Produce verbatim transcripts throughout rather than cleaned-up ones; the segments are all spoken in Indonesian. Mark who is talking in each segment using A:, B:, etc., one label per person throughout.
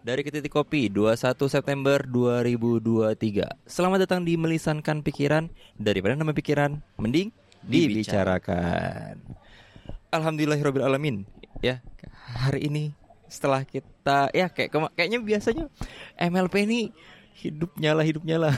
A: Dari Ketitik Kopi, dua puluh satu September dua ribu dua puluh tiga. Selamat datang di Melisankan Pikiran. Daripada nama pikiran, mending dibicarakan. Alhamdulillahirrabbilalamin. Ya, hari ini setelah kita ya kayak kema- kayaknya biasanya M L P ini hidup nyala hidup nyala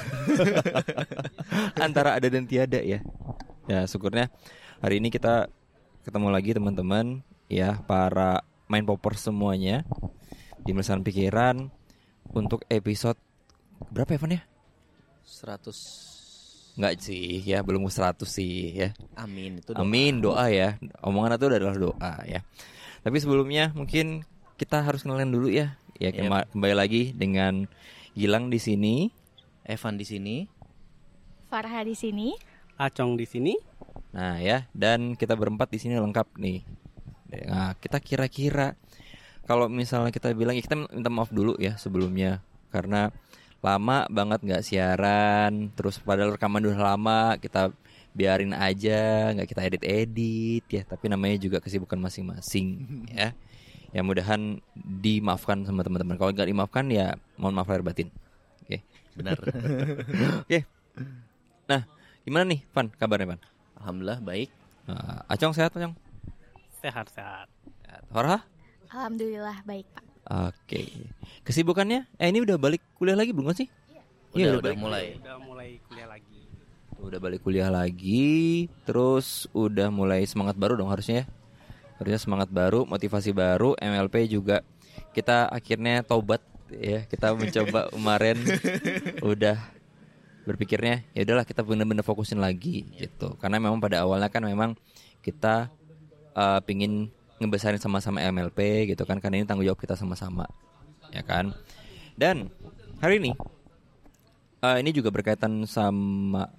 A: antara ada dan tiada ya. Ya syukurnya hari ini kita ketemu lagi teman-teman ya, para main popper semuanya di Melisankan Pikiran untuk episode berapa ya Van ya?
B: seratus.
A: Enggak sih ya, belum seratus sih ya.
B: Amin itu doa.
A: Amin, doa ya. Omongan itu adalah doa ya. Tapi sebelumnya mungkin kita harus kenalin dulu ya. Ya kema- yep. Kembali lagi dengan Gilang di sini,
B: Evan di sini,
C: Farha di sini,
D: Acong di sini.
A: Nah ya, dan kita berempat di sini lengkap nih. Nah, kita kira-kira kalau misalnya kita bilang ya, kita minta maaf dulu ya sebelumnya karena lama banget nggak siaran, terus padahal rekaman udah lama, kita biarin aja, nggak kita edit-edit ya. Tapi namanya juga kesibukan masing-masing ya. Ya mudahan dimaafkan sama teman-teman. Kalau nggak dimaafkan ya mohon maaf lahir batin. Oke,
B: benar.
A: Oke. Nah, gimana nih Van kabarnya Van?
B: Alhamdulillah baik.
A: Nah, Acong sehat Acong?
D: Sehat-sehat.
A: Farha?
C: alhamdulillah baik Pak.
A: Oke. Kesibukannya? Eh ini udah balik kuliah lagi belum sih?
B: Udah,
A: Iya,
B: udah
A: balik.
B: mulai.
D: Udah mulai kuliah lagi.
A: Udah balik kuliah lagi, terus udah mulai semangat baru dong harusnya ya. Harusnya semangat baru, motivasi baru, M L P juga. Kita akhirnya taubat ya. Kita mencoba kemarin udah berpikirnya ya udahlah kita benar-benar fokusin lagi gitu. Karena memang pada awalnya kan memang kita uh, pingin ngebesarin sama-sama M L P gitu kan, karena ini tanggung jawab kita sama-sama ya kan. Dan hari ini uh, ini juga berkaitan sama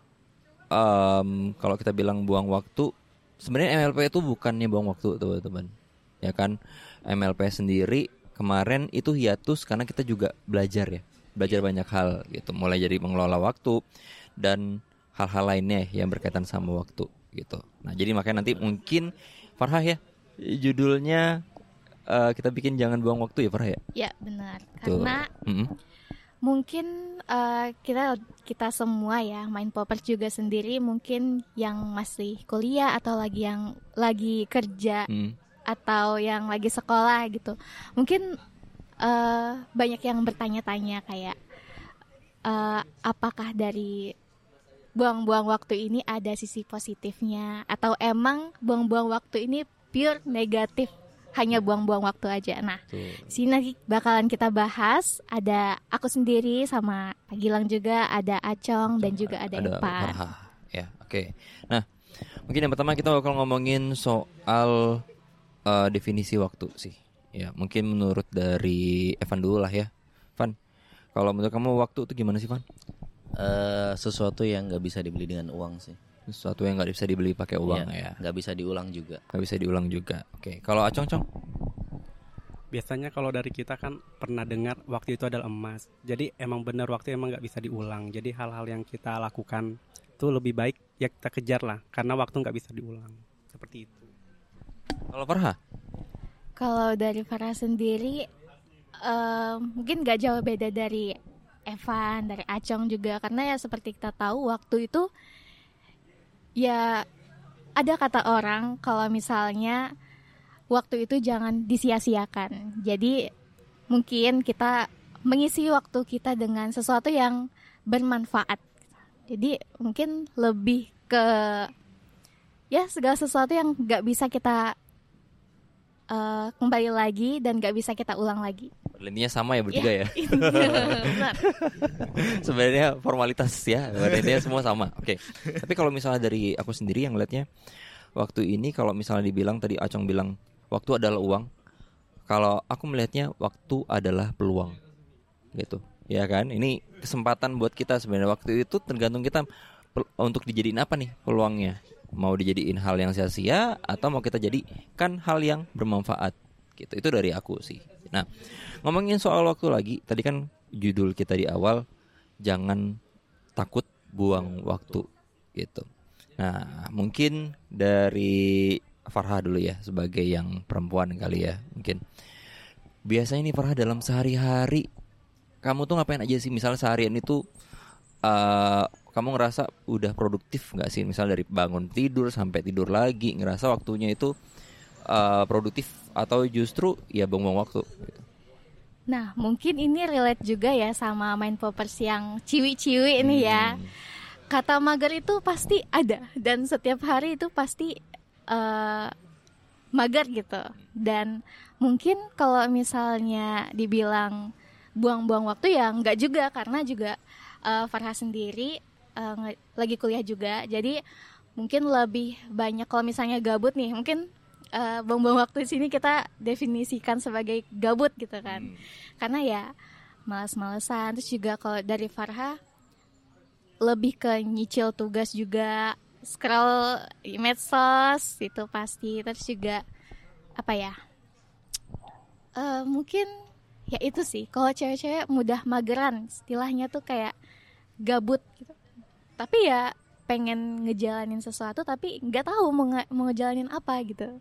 A: um, kalau kita bilang buang waktu, sebenarnya M L P itu bukannya buang waktu teman-teman ya kan. M L P sendiri kemarin itu hiatus karena kita juga belajar ya, belajar banyak hal gitu, mulai jadi mengelola waktu dan hal-hal lainnya yang berkaitan sama waktu gitu. Nah jadi makanya nanti mungkin Farha ya judulnya uh, kita bikin jangan buang waktu ya Farha ya.
C: Ya benar. Karena
A: mm-hmm.
C: mungkin uh, kita kita semua ya main popper juga sendiri, mungkin yang masih kuliah atau lagi yang lagi kerja mm. atau yang lagi sekolah gitu. Mungkin uh, banyak yang bertanya-tanya kayak uh, apakah dari buang-buang waktu ini ada sisi positifnya atau emang buang-buang waktu ini pure negatif, hanya buang-buang waktu aja. Nah, di sini bakalan kita bahas. Ada aku sendiri sama Pak Gilang juga, ada Acong dan juga ada, ada Evan.
A: Ya, oke. Okay. Nah, mungkin yang pertama kita bakal ngomongin soal uh, definisi waktu sih. Ya, mungkin menurut dari Evan dulu lah ya. Van, kalau menurut kamu waktu itu gimana sih Van?
B: Uh, sesuatu yang nggak bisa dibeli dengan uang sih.
A: Sesuatu yang nggak bisa dibeli pakai uang ya.
B: Nggak bisa diulang juga.
A: Nggak bisa diulang juga. Oke. Kalau Acong Cong?
D: Biasanya kalau dari kita kan pernah dengar waktu itu adalah emas. Jadi emang benar waktu emang nggak bisa diulang. Jadi hal-hal yang kita lakukan itu lebih baik ya kita kejar lah, karena waktu nggak bisa diulang. Seperti itu.
A: Kalau Farha?
C: Kalau dari Farha sendiri uh, mungkin nggak jauh beda dari Evan, dari Acong juga, karena ya seperti kita tahu waktu itu ya ada kata orang kalau misalnya waktu itu jangan disia-siakan. Jadi mungkin kita mengisi waktu kita dengan sesuatu yang bermanfaat. Jadi mungkin lebih ke ya segala sesuatu yang gak bisa kita uh, kembali lagi dan gak bisa kita ulang lagi.
A: Intinya sama ya bertiga ya, ya?
C: Benar.
A: Sebenarnya formalitas ya, intinya semua sama. Oke. Okay. Tapi kalau misalnya dari aku sendiri yang lihatnya waktu ini, kalau misalnya dibilang tadi Acong bilang waktu adalah uang, kalau aku melihatnya waktu adalah peluang, gitu. Ya kan? Ini kesempatan buat kita sebenarnya. Waktu itu tergantung kita pel- untuk dijadiin apa nih peluangnya. Mau dijadiin hal yang sia-sia atau mau kita jadikan hal yang bermanfaat. Gitu. Itu dari aku sih. Nah, ngomongin soal waktu lagi, tadi kan judul kita di awal jangan takut buang waktu gitu. Nah, mungkin dari Farha dulu ya sebagai yang perempuan kali ya, mungkin biasanya nih Farha dalam sehari-hari kamu tuh ngapain aja sih? Misalnya seharian itu uh, kamu ngerasa udah produktif nggak sih? Misal dari bangun tidur sampai tidur lagi, ngerasa waktunya itu uh, produktif atau justru ya buang-buang waktu gitu.
C: Nah, mungkin ini relate juga ya sama Mind Poppers yang ciwi-ciwi ini ya.
A: Hmm.
C: Kata mager itu pasti ada dan setiap hari itu pasti uh, mager gitu. Dan mungkin kalau misalnya dibilang buang-buang waktu ya enggak juga, karena juga uh, Farha sendiri uh, nge- lagi kuliah juga. Jadi mungkin lebih banyak kalau misalnya gabut nih, mungkin uh, buang-buang waktu di sini kita definisikan sebagai gabut gitu kan. Hmm. Karena ya malas-malesan. Terus juga kalau dari Farha lebih ke nyicil tugas juga, scroll medsos itu pasti. Terus juga apa ya, uh, mungkin ya itu sih, kalau cewek-cewek mudah mageran, istilahnya tuh kayak gabut gitu. Tapi ya pengen ngejalanin sesuatu tapi nggak tahu mau, nge- mau ngejalanin apa gitu.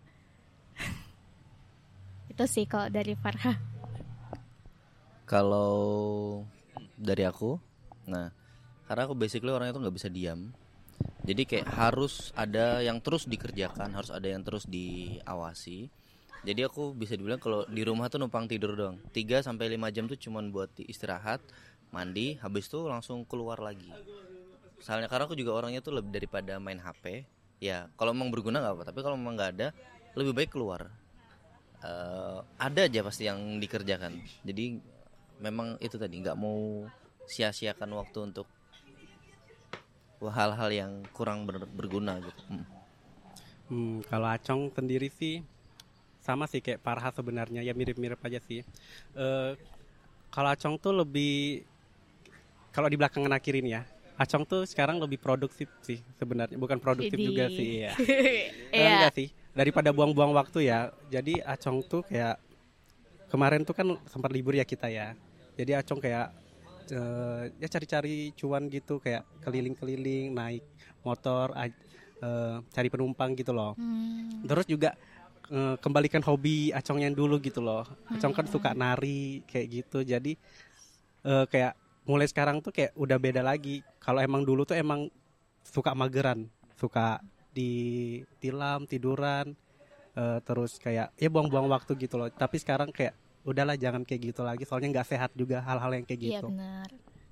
C: Itu sih kalau dari Farha.
B: Kalau dari aku, nah karena aku basically orangnya tuh nggak bisa diam. Jadi kayak harus ada yang terus dikerjakan, harus ada yang terus diawasi. Jadi aku bisa dibilang kalau di rumah tuh numpang tidur doang. tiga sampai lima jam tuh cuman buat istirahat, mandi, habis itu langsung keluar lagi. Misalnya karena aku juga orangnya tuh lebih daripada main H P. Ya, kalau memang berguna enggak apa, tapi kalau memang enggak ada, lebih baik keluar. Uh, ada aja pasti yang dikerjakan. Jadi memang itu tadi, enggak mau sia-siakan waktu untuk hal-hal yang kurang ber- berguna gitu. Hmm.
D: Hmm, kalau Acong sendiri sih sama sih kayak Farha sebenarnya, ya mirip-mirip aja sih. Uh, kalau Acong tuh lebih, kalau di belakangan akhir ini ya, Acong tuh sekarang lebih produktif sih sebenarnya, bukan produktif Jadi. juga sih ya. Enggak sih, daripada buang-buang waktu ya. Jadi Acong tuh kayak kemarin tuh kan sempat libur ya kita ya. Jadi Acong kayak uh, ya cari-cari cuan gitu, kayak keliling-keliling, naik motor, uh, cari penumpang gitu loh. Hmm. Terus juga uh, kembalikan hobi Acong yang dulu gitu loh. Acong kan suka nari kayak gitu. Jadi uh, kayak mulai sekarang tuh kayak udah beda lagi. Kalau emang dulu tuh emang suka mageran, suka ditilam, tiduran, uh, terus kayak ya buang-buang waktu gitu loh. Tapi sekarang kayak udahlah jangan kayak gitu lagi, soalnya nggak sehat juga hal-hal yang kayak gitu. Iya
C: benar.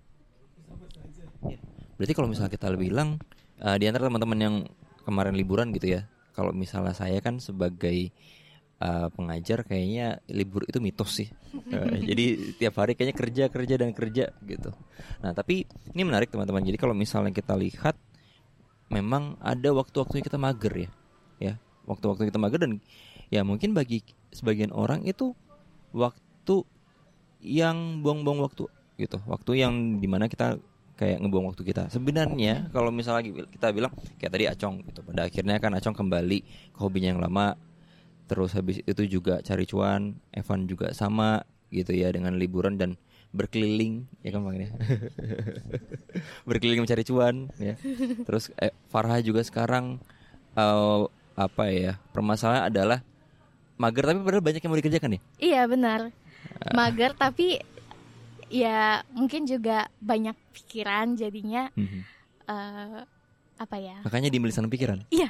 A: Berarti kalau misalnya kita bilang uh, di antara teman-teman yang kemarin liburan gitu ya, kalau misalnya saya kan sebagai Uh, pengajar kayaknya libur itu mitos sih. Uh, jadi tiap hari kayaknya kerja kerja dan kerja gitu. Nah tapi ini menarik teman-teman. Jadi kalau misalnya kita lihat, memang ada waktu-waktunya kita mager ya, ya waktu-waktu kita mager, dan ya mungkin bagi sebagian orang itu waktu yang buang-buang waktu gitu, waktu yang dimana kita kayak ngebuang waktu kita. Sebenarnya kalau misalnya kita bilang kayak tadi Acong gitu, pada akhirnya kan Acong kembali ke hobinya yang lama. Terus habis itu juga cari cuan, Evan juga sama gitu ya, dengan liburan dan berkeliling ya kan Bang ya. Berkeliling mencari cuan ya. Terus eh, Farha juga sekarang uh, apa ya, permasalahan adalah mager tapi padahal banyak yang mau dikerjakan ya.
C: Iya benar. Mager tapi ya mungkin juga banyak pikiran jadinya. Mm-hmm. uh, apa ya?
A: Makanya di melisan pikiran.
C: Iya.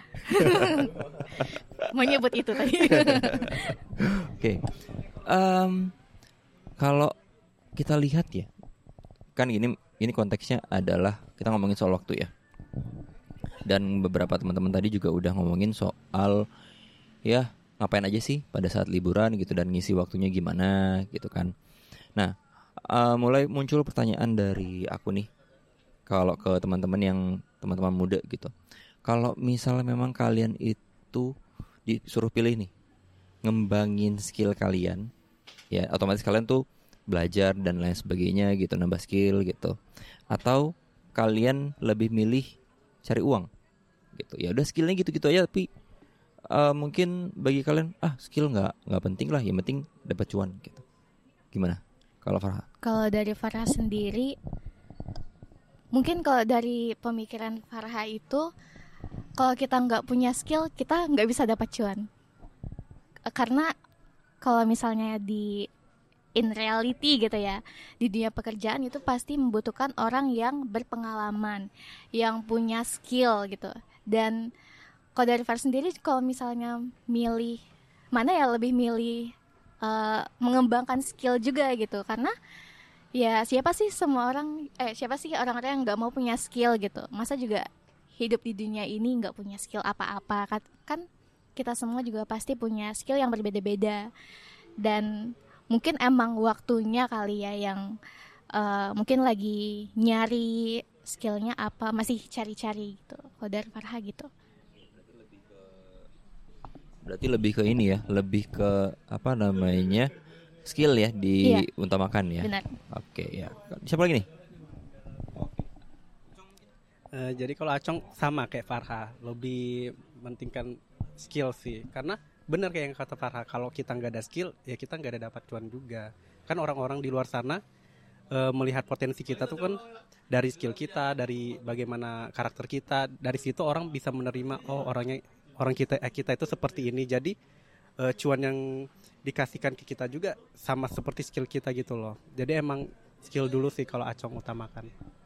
C: Mau nyebut itu tadi.
A: Oke. Okay. Um, kalau kita lihat ya, kan ini ini konteksnya adalah kita ngomongin soal waktu ya. Dan beberapa teman-teman tadi juga udah ngomongin soal ya ngapain aja sih pada saat liburan gitu, dan ngisi waktunya gimana gitu kan. Nah, uh, mulai muncul pertanyaan dari aku nih, kalau ke teman-teman yang teman-teman muda gitu. Kalau misalnya memang kalian itu disuruh pilih nih, ngembangin skill kalian, ya otomatis kalian tuh belajar dan lain sebagainya gitu, nambah skill gitu. Atau kalian lebih milih cari uang gitu. Ya udah skillnya gitu-gitu aja, tapi uh, mungkin bagi kalian ah skill nggak nggak penting lah, yang penting dapat cuan gitu. Gimana kalau Farha?
C: Kalau dari Farha sendiri, mungkin kalau dari pemikiran Farha itu, kalau kita nggak punya skill, kita nggak bisa dapat cuan. Karena kalau misalnya di in reality gitu ya, di dunia pekerjaan itu pasti membutuhkan orang yang berpengalaman, yang punya skill gitu. Dan kalau dari Far sendiri, kalau misalnya milih mana ya, lebih milih uh, mengembangkan skill juga gitu, karena ya siapa sih semua orang eh siapa sih orang-orang yang nggak mau punya skill gitu? Masa juga hidup di dunia ini nggak punya skill apa-apa kan? Kan kita semua juga pasti punya skill yang berbeda-beda, dan mungkin emang waktunya kali ya yang uh, mungkin lagi nyari skillnya apa, masih cari-cari gitu. Kalau dari Farha gitu.
A: Berarti lebih ke ini ya, lebih ke apa namanya, skill ya diutamakan ya.
C: Benar.
A: Oke ya. Siapa lagi nih?
D: Uh, jadi kalau Acong sama kayak Farha, lebih mentingkan skill sih, karena benar kayak yang kata Farha, kalau kita nggak ada skill ya kita nggak ada dapat cuan juga. Kan orang-orang di luar sana uh, melihat potensi kita tuh kan dari skill kita, dari bagaimana karakter kita, dari situ orang bisa menerima oh orangnya orang kita eh, kita itu seperti ini. Jadi uh, cuan yang dikasihkan ke kita juga sama seperti skill kita gitu loh. Jadi emang skill dulu sih kalau Acong utamakan.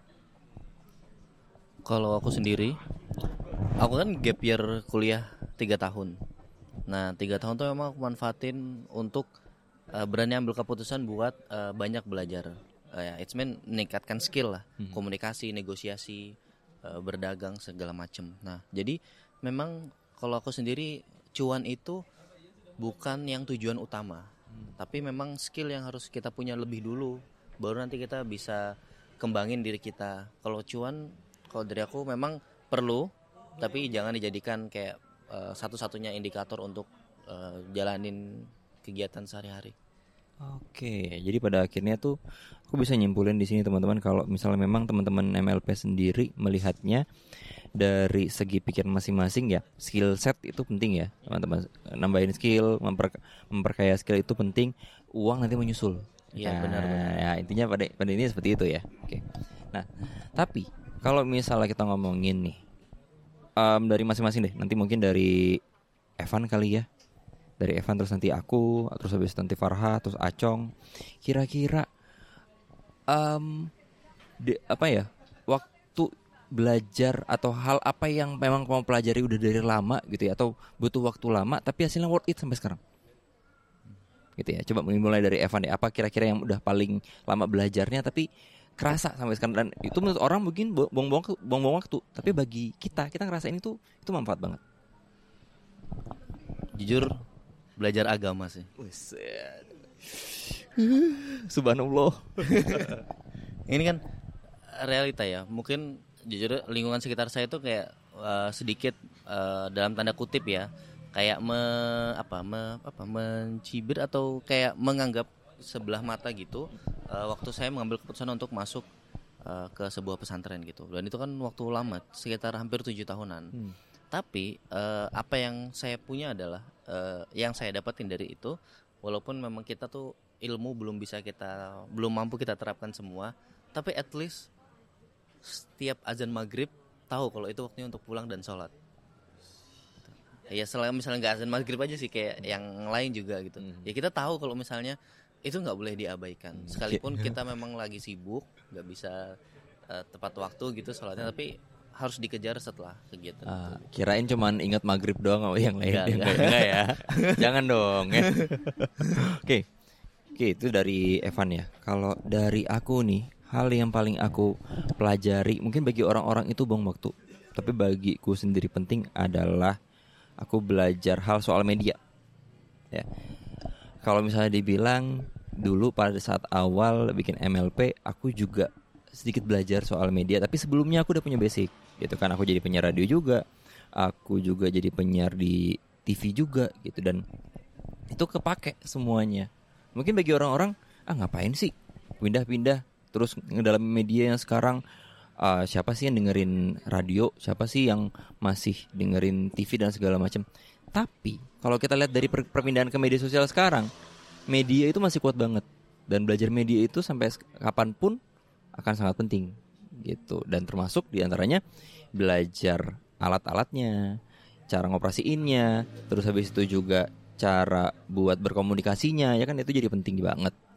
B: Kalau aku sendiri, aku kan gap year kuliah tiga tahun. Nah tiga tahun tuh memang aku manfaatin untuk uh, berani ambil keputusan buat uh, banyak belajar. Uh, ya, it's mean meningkatkan skill lah, hmm. komunikasi, negosiasi, uh, berdagang segala macam. Nah jadi memang kalau aku sendiri, cuan itu bukan yang tujuan utama, hmm. tapi memang skill yang harus kita punya lebih dulu, baru nanti kita bisa kembangin diri kita. Kalau cuan, kalau dari aku memang perlu, tapi jangan dijadikan kayak uh, satu-satunya indikator untuk uh, jalanin kegiatan sehari-hari.
A: Oke, jadi pada akhirnya tuh aku bisa nyimpulin di sini teman-teman, kalau misalnya memang teman-teman M L P sendiri melihatnya dari segi pikiran masing-masing ya, skill set itu penting ya teman-teman. Nambahin skill, memper, memperkaya skill itu penting, uang nanti menyusul.
B: Iya
A: nah,
B: benar-benar.
A: Ya intinya pada pada ini seperti itu ya. Oke. Nah, tapi kalau misalnya kita ngomongin nih um, dari masing-masing deh, nanti mungkin dari Evan kali ya. Dari Evan terus nanti aku, terus habis nanti Farha, terus Acong. Kira-kira um, de, apa ya, waktu belajar atau hal apa yang memang kamu pelajari udah dari lama gitu ya, atau butuh waktu lama tapi hasilnya worth it sampai sekarang gitu ya. Coba mulai dari Evan deh, apa kira-kira yang udah paling lama belajarnya tapi kerasa sampai sekarang, dan itu menurut orang mungkin buang-buang buang-buang waktu, tapi bagi kita kita ngerasain itu itu manfaat banget.
B: Jujur belajar agama sih.
A: Subhanallah.
B: Ini kan realita ya. Mungkin jujur lingkungan sekitar saya itu kayak uh, sedikit uh, dalam tanda kutip ya, kayak me, apa, me, apa mencibir atau kayak menganggap sebelah mata gitu. Uh, waktu saya mengambil keputusan untuk masuk uh, ke sebuah pesantren gitu. Dan itu kan waktu lama, sekitar hampir tujuh tahunan. Hmm. Tapi uh, apa yang saya punya adalah uh, yang saya dapatin dari itu, walaupun memang kita tuh ilmu belum bisa kita belum mampu kita terapkan semua, tapi at least setiap azan maghrib tahu kalau itu waktunya untuk pulang dan sholat. Ya selain misalnya nggak azan maghrib aja sih, kayak yang lain juga gitu. Hmm. Ya kita tahu kalau misalnya itu nggak boleh diabaikan. Sekalipun kita memang lagi sibuk, nggak bisa uh, tepat waktu gitu sholatnya, tapi harus dikejar setelah kegiatan.
A: Ah, kirain cuman ingat maghrib doang, oh yang lain
B: enggak,
A: enggak, enggak, enggak ya. Jangan dong ya. Oke. Oke, itu dari Evan ya. Kalau dari aku nih, hal yang paling aku pelajari, mungkin bagi orang-orang itu buang waktu, tapi bagiku sendiri penting adalah aku belajar hal soal media. Ya. Kalau misalnya dibilang dulu pada saat awal bikin M L P, aku juga sedikit belajar soal media, tapi sebelumnya aku udah punya basic gitu kan. Aku jadi penyiar radio juga, aku juga jadi penyiar di T V juga gitu, dan itu kepake semuanya. Mungkin bagi orang-orang, ah ngapain sih pindah-pindah terus dalam media yang sekarang, uh, siapa sih yang dengerin radio, siapa sih yang masih dengerin T V dan segala macam. Tapi kalau kita lihat dari per- perpindahan ke media sosial sekarang, media itu masih kuat banget, dan belajar media itu sampai kapanpun akan sangat penting gitu. Dan termasuk diantaranya belajar alat-alatnya, cara ngoperasiinnya, terus habis itu juga cara buat berkomunikasinya, ya kan, itu jadi penting banget.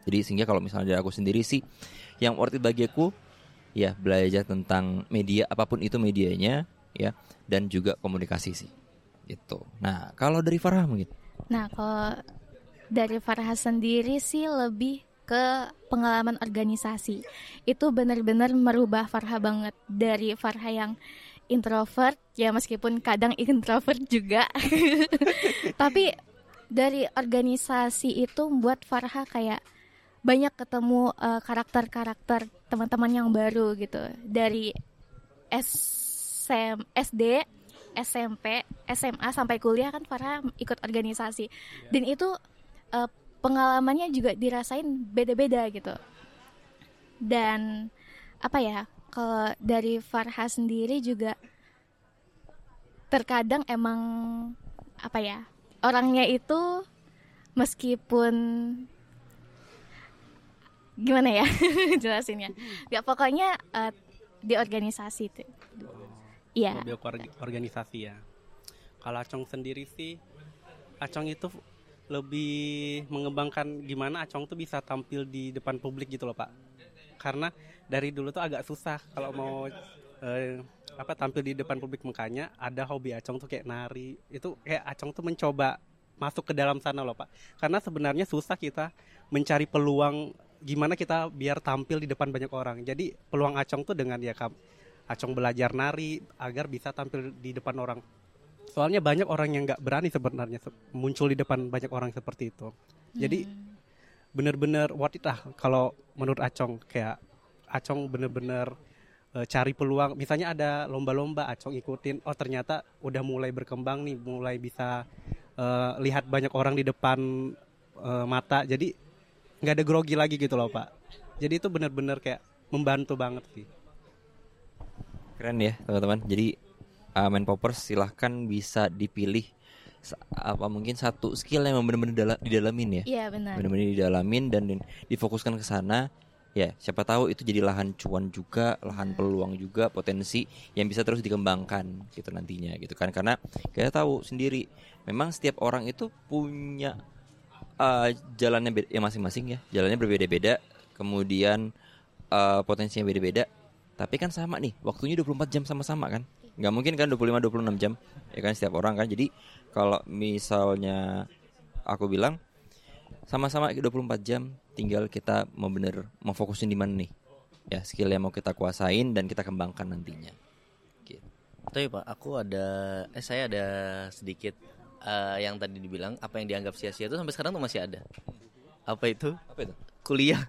A: Jadi sehingga kalau misalnya dari aku sendiri sih, yang worth it bagi aku ya belajar tentang media, apapun itu medianya ya, dan juga komunikasi sih gitu. Nah kalau dari Farah mungkin.
C: Nah kalau dari Farah sendiri sih lebih ke pengalaman organisasi. Itu benar-benar merubah Farah banget. Dari Farah yang introvert, ya meskipun kadang introvert juga. Tapi dari organisasi itu membuat Farah kayak banyak ketemu uh, karakter-karakter teman-teman yang baru gitu. Dari S M, S D, S M P, S M A sampai kuliah kan Farah ikut organisasi. Dan itu uh, pengalamannya juga dirasain beda-beda gitu. Dan apa ya, kalau dari Farha sendiri juga terkadang emang apa ya, orangnya itu meskipun gimana ya jelasinnya, ya pokoknya uh, di organisasi itu. Iya.
D: Lebih ke organisasi ya. Kalau Acong sendiri sih, Acong itu lebih mengembangkan gimana Acong tuh bisa tampil di depan publik gitu loh Pak. Karena dari dulu tuh agak susah kalau mau eh, apa tampil di depan publik, makanya ada hobi Acong tuh kayak nari. Itu kayak Acong tuh mencoba masuk ke dalam sana loh Pak. Karena sebenarnya susah kita mencari peluang gimana kita biar tampil di depan banyak orang. Jadi peluang Acong tuh dengan ya Acong belajar nari agar bisa tampil di depan orang. Soalnya banyak orang yang nggak berani sebenarnya muncul di depan banyak orang seperti itu. Jadi hmm. bener-bener worth it lah kalau menurut Acong. Kayak Acong bener-bener e, cari peluang. Misalnya ada lomba-lomba, Acong ikutin. Oh ternyata udah mulai berkembang nih, mulai bisa e, lihat banyak orang di depan e, mata. Jadi nggak ada grogi lagi gitu loh Pak. Jadi itu bener-bener kayak membantu banget sih.
A: Keren ya teman-teman. Jadi Uh, main poppers silahkan bisa dipilih apa mungkin satu skill yang benar-benar dala- didalamin ya.
C: Iya benar.
A: Benar-benar didalamin dan difokuskan ke sana. Ya, siapa tahu itu jadi lahan cuan juga, lahan peluang juga, potensi yang bisa terus dikembangkan gitu nantinya gitu kan. Karena kita tahu sendiri memang setiap orang itu punya uh, jalannya be- ya masing-masing ya. Jalannya berbeda-beda, kemudian uh, potensinya beda-beda. Tapi kan sama nih, waktunya dua puluh empat jam sama-sama kan. Nggak mungkin kan dua puluh lima dua puluh enam jam ya kan setiap orang kan. Jadi kalau misalnya aku bilang sama-sama dua puluh empat jam, tinggal kita mau bener mau fokusin di mana nih ya, skill yang mau kita kuasain dan kita kembangkan nantinya gitu.
B: Tapi Pak, aku ada eh saya ada sedikit uh, yang tadi dibilang apa yang dianggap sia-sia itu sampai sekarang tuh masih ada. Apa itu?
A: Apa itu?
B: Kuliah.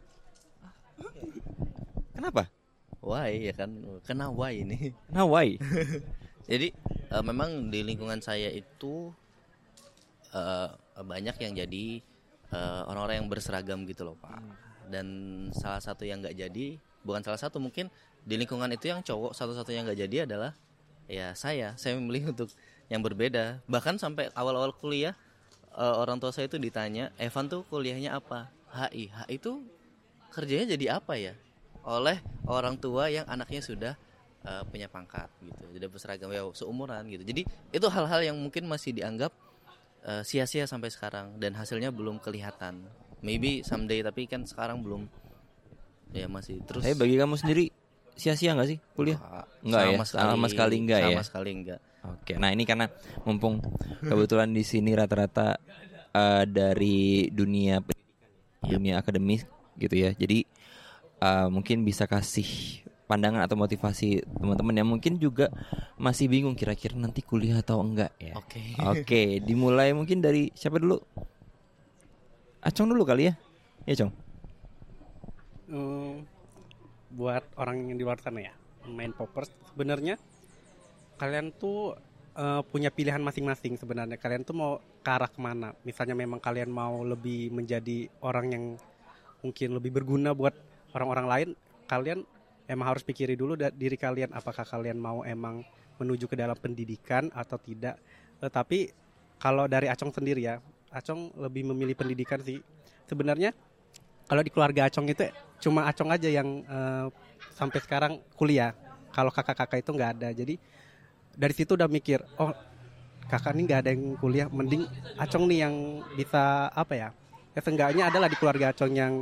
A: Kenapa?
B: Why ya kan, kena why ini.
A: Nah why?
B: Jadi uh, memang di lingkungan saya itu uh, banyak yang jadi uh, orang-orang yang berseragam gitu loh Pak. Dan salah satu yang nggak jadi, bukan salah satu, mungkin di lingkungan itu yang cowok satu-satu yang nggak jadi adalah ya saya. Saya memilih untuk yang berbeda. Bahkan sampai awal-awal kuliah uh, orang tua saya itu ditanya, Evan tuh kuliahnya apa? H I. H I itu kerjanya jadi apa ya? Oleh orang tua yang anaknya sudah uh, punya pangkat gitu, sudah berseragam ya seumuran gitu. Jadi itu hal-hal yang mungkin masih dianggap uh, sia-sia sampai sekarang dan hasilnya belum kelihatan. Maybe someday, tapi kan sekarang belum. Ya masih terus.
A: Tapi bagi kamu sendiri sia-sia nggak sih kuliah? Enggak ya,
B: sekali,
A: sama sekali enggak ya.
B: Sama sekali enggak.
A: Oke, nah ini karena mumpung kebetulan di sini rata-rata uh, dari dunia pendidikan, yep. dunia akademis gitu ya. Jadi Uh, mungkin bisa kasih pandangan atau motivasi teman-teman yang mungkin juga masih bingung kira-kira nanti kuliah atau enggak ya.
B: Oke.
A: Okay. Oke, okay, dimulai mungkin dari siapa dulu? Acong dulu kali ya. Ya, Cong.
D: Hmm, buat orang yang di luar sana ya, main poppers sebenarnya kalian tuh uh, punya pilihan masing-masing sebenarnya. Kalian tuh mau ke arah kemana? Misalnya memang kalian mau lebih menjadi orang yang mungkin lebih berguna buat orang-orang lain, kalian emang harus pikiri dulu da- diri kalian, apakah kalian mau emang menuju ke dalam pendidikan atau tidak. Tetapi kalau dari Acong sendiri ya, Acong lebih memilih pendidikan sih. Sebenarnya kalau di keluarga Acong itu cuma Acong aja yang uh, sampai sekarang kuliah. Kalau kakak-kakak itu nggak ada. Jadi dari situ udah mikir, oh kakak ini nggak ada yang kuliah, mending Acong nih yang bisa apa ya? Ya seenggaknya adalah di keluarga Acong yang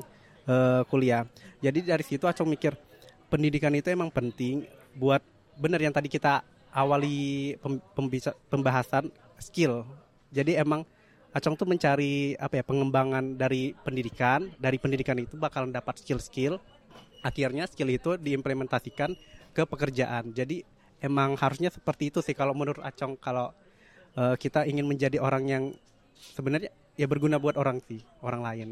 D: uh, kuliah. Jadi dari situ Acong mikir pendidikan itu emang penting buat bener yang tadi kita awali pem, pembisa, pembahasan skill. Jadi emang Acong tuh mencari apa ya pengembangan dari pendidikan, dari pendidikan itu bakalan dapat skill-skill. Akhirnya skill itu diimplementasikan ke pekerjaan. Jadi emang harusnya seperti itu sih kalau menurut Acong, kalau uh, kita ingin menjadi orang yang sebenarnya ya berguna buat orang sih, orang lain.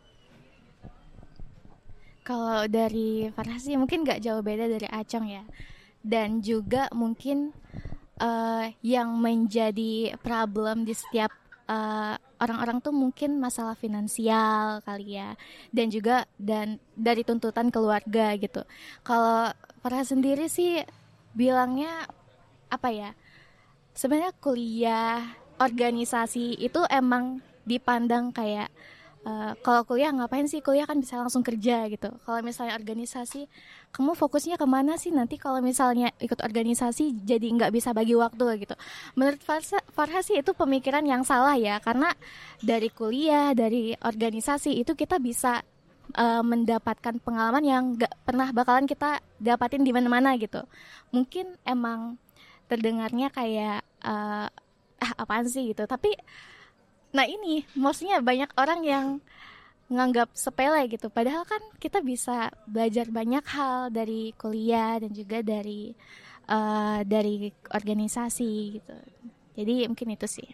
C: Kalau dari Farha sih mungkin gak jauh beda dari Acong ya. Dan juga mungkin uh, yang menjadi problem di setiap uh, orang-orang tuh mungkin masalah finansial kali ya. Dan juga dan dari tuntutan keluarga gitu. Kalau Farha sendiri sih bilangnya apa ya? Sebenarnya kuliah organisasi itu emang dipandang kayak uh, kalau kuliah ngapain sih, kuliah kan bisa langsung kerja gitu. Kalau misalnya organisasi, kamu fokusnya kemana sih nanti kalau misalnya ikut organisasi jadi nggak bisa bagi waktu gitu. Menurut Farha, Farha sih itu pemikiran yang salah ya, karena dari kuliah, dari organisasi itu kita bisa uh, mendapatkan pengalaman yang nggak pernah bakalan kita dapatin di mana-mana gitu. Mungkin emang terdengarnya kayak uh, ah apaan sih gitu, tapi nah ini maksudnya banyak orang yang nganggap sepele gitu, padahal kan kita bisa belajar banyak hal dari kuliah dan juga dari uh, dari organisasi gitu. Jadi mungkin itu sih.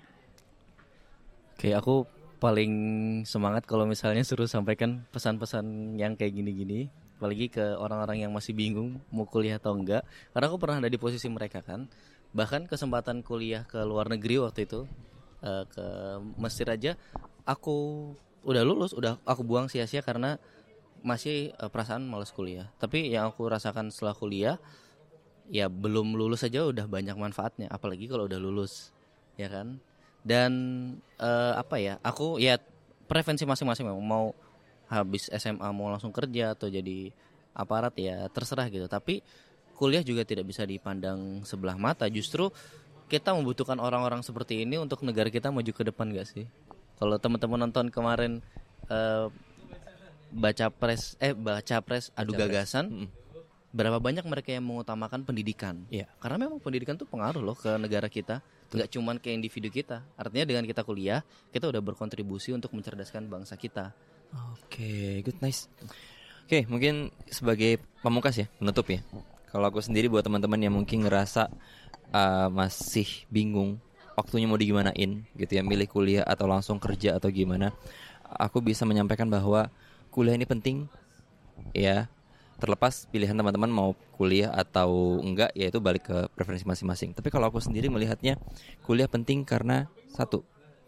B: Oke, aku paling semangat kalau misalnya suruh sampaikan pesan-pesan yang kayak gini-gini, apalagi ke orang-orang yang masih bingung mau kuliah atau enggak, karena aku pernah ada di posisi mereka kan. Bahkan kesempatan kuliah ke luar negeri waktu itu, uh, ke Mesir aja, aku udah lulus, udah aku buang sia-sia karena masih uh, perasaan malas kuliah. Tapi yang aku rasakan setelah kuliah, ya belum lulus aja udah banyak manfaatnya, apalagi kalau udah lulus, ya kan. Dan uh, apa ya, aku ya preferensi masing-masing, mau habis S M A mau langsung kerja atau jadi aparat ya terserah gitu. Tapi kuliah juga tidak bisa dipandang sebelah mata. Justru kita membutuhkan orang-orang seperti ini untuk negara kita maju ke depan, gak sih? Kalau teman-teman nonton kemarin uh, baca pres eh baca pres adu baca gagasan, pres. Berapa banyak mereka yang mengutamakan pendidikan? Ya. Karena memang pendidikan tuh pengaruh loh ke negara kita, nggak cuman ke individu kita. Artinya dengan kita kuliah, kita udah berkontribusi untuk mencerdaskan bangsa kita.
A: Oke, okay, good, nice. Oke, okay, mungkin sebagai pamungkas ya, penutup ya. Kalau aku sendiri buat teman-teman yang mungkin ngerasa uh, masih bingung waktunya mau digimanain gitu ya, milih kuliah atau langsung kerja atau gimana, aku bisa menyampaikan bahwa kuliah ini penting ya. Terlepas pilihan teman-teman mau kuliah atau enggak, ya itu balik ke preferensi masing-masing. Tapi kalau aku sendiri melihatnya, kuliah penting karena satu,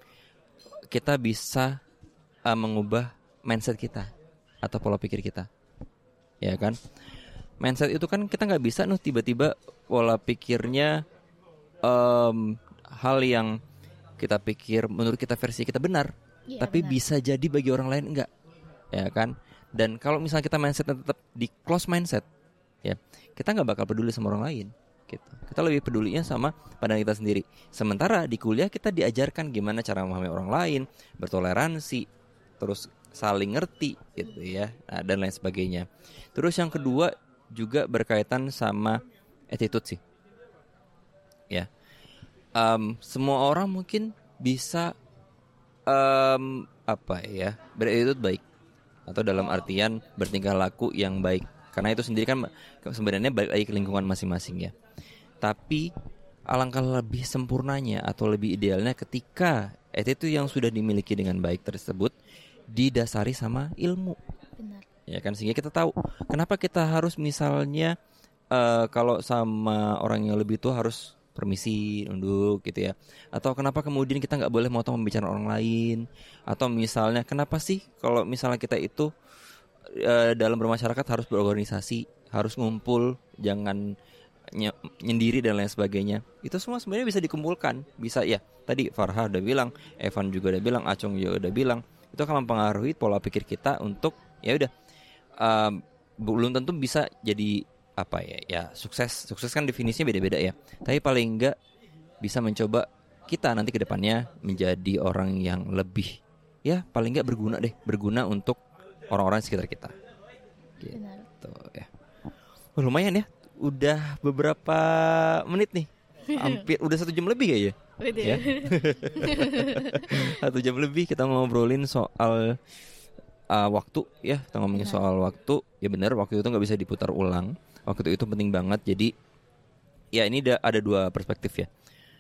A: kita bisa uh, mengubah mindset kita atau pola pikir kita, ya kan? Mindset itu kan kita nggak bisa nuh tiba-tiba pola pikirnya um, hal yang kita pikir menurut kita versi kita benar, ya, tapi benar. Bisa jadi bagi orang lain enggak, ya kan? Dan kalau misalnya kita mindsetnya tetap di close mindset, ya kita nggak bakal peduli sama orang lain, gitu. Kita lebih pedulinya sama pandangan kita sendiri. Sementara di kuliah kita diajarkan gimana cara memahami orang lain, bertoleransi, terus saling ngerti, gitu ya, nah, dan lain sebagainya. Terus yang kedua juga berkaitan sama attitude sih, ya. Um, semua orang mungkin bisa um, apa ya berattitude baik, atau dalam artian bertingkah laku yang baik, karena itu sendiri kan sebenarnya balik lagi ke lingkungan masing-masing ya. Tapi alangkah lebih sempurnanya atau lebih idealnya ketika attitude yang sudah dimiliki dengan baik tersebut didasari sama ilmu. Benar. Ya kan, sehingga kita tahu kenapa kita harus misalnya uh, kalau sama orang yang lebih tua harus permisi, nunduk gitu ya. Atau kenapa kemudian kita nggak boleh motong pembicaraan orang lain. Atau misalnya kenapa sih kalau misalnya kita itu e, dalam bermasyarakat harus berorganisasi, harus ngumpul, jangan ny- nyendiri dan lain sebagainya. Itu semua sebenarnya bisa dikumpulkan. Bisa ya, tadi Farha udah bilang, Evan juga udah bilang, Acong juga udah bilang. Itu akan mempengaruhi pola pikir kita untuk ya udah um, belum tentu bisa jadi apa ya, ya sukses. Sukses kan definisinya beda-beda ya. Tapi paling enggak bisa mencoba kita nanti ke depannya menjadi orang yang lebih, ya paling enggak berguna deh. Berguna untuk orang-orang di sekitar kita. Gitu
C: Benar.
A: ya. Oh, lumayan ya. Udah beberapa menit nih. Hampir udah satu jam lebih kayaknya.
C: Betul.
A: Ya. Satu jam lebih kita ngobrolin soal uh, waktu ya. Kita ngomongin
C: Benar.
A: soal waktu. Ya benar, waktu itu nggak bisa diputar ulang. Waktu itu penting banget. Jadi ya ini ada, ada dua perspektif ya.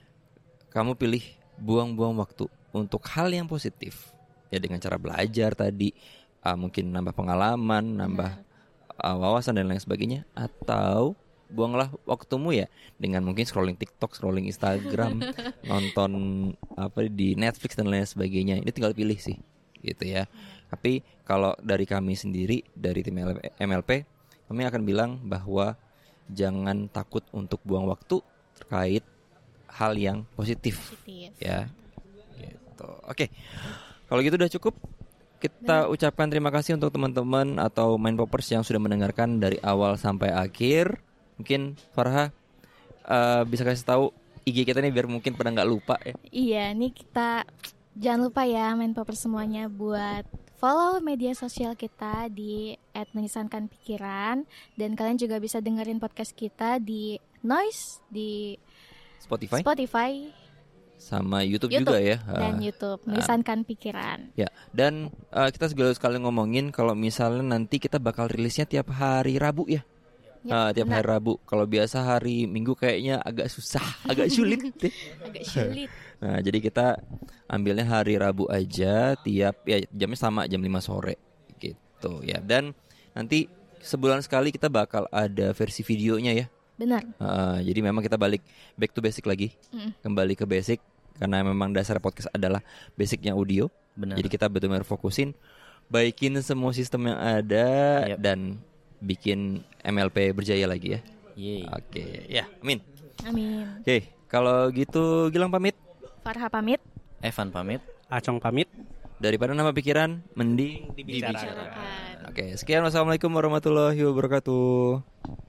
A: Kamu pilih buang-buang waktu untuk hal yang positif. Ya dengan cara belajar tadi, uh, mungkin nambah pengalaman, nambah uh, wawasan dan lain sebagainya. Atau buanglah waktumu ya dengan mungkin scrolling TikTok, scrolling Instagram, nonton apa di Netflix dan lain sebagainya. Ini tinggal pilih sih, gitu ya. Tapi kalau dari kami sendiri, dari tim M L P, kami akan bilang bahwa jangan takut untuk buang waktu terkait hal yang positif,
C: Positif.
A: ya. Gitu. Oke. Kalau gitu udah cukup. Kita ucapkan terima kasih untuk teman-teman atau Mind Poppers yang sudah mendengarkan dari awal sampai akhir. Mungkin Farha uh, bisa kasih tahu I G kita nih biar mungkin pada nggak lupa ya.
C: Iya, nih kita jangan lupa ya Mind Poppers semuanya buat follow media sosial kita di et menyisankan pikiran, dan kalian juga bisa dengerin podcast kita di Noise, di
A: Spotify,
C: Spotify
A: sama YouTube,
C: YouTube
A: juga ya.
C: dan
A: Uh,
C: YouTube menyisankan pikiran.
A: Ya, dan uh, kita segala sekali ngomongin kalau misalnya nanti kita bakal rilisnya tiap hari Rabu ya.
C: Ya,
A: Uh, tiap
C: benar.
A: hari Rabu. Kalau biasa hari Minggu kayaknya agak susah, agak sulit deh.
C: Agak sulit.
A: Nah, jadi kita ambilnya hari Rabu aja, tiap ya jamnya sama jam lima sore gitu ya. Dan nanti sebulan sekali kita bakal ada versi videonya ya.
C: Benar.
A: Uh, jadi memang kita balik back to basic lagi.
C: Mm.
A: Kembali ke basic karena memang dasar podcast adalah basicnya audio.
B: Benar.
A: Jadi kita betul-benar fokusin baikin semua sistem yang ada
B: Yep.
A: dan bikin M L P berjaya lagi ya.
B: Yeay.
A: Oke, ya, amin.
C: Amin.
A: Oke, kalau gitu Gilang pamit.
C: Farha pamit.
B: Evan pamit.
D: Acong pamit.
A: Daripada nama pikiran, mending
D: Dibicarakan.
A: Oke, sekian. Wassalamualaikum warahmatullahi wabarakatuh.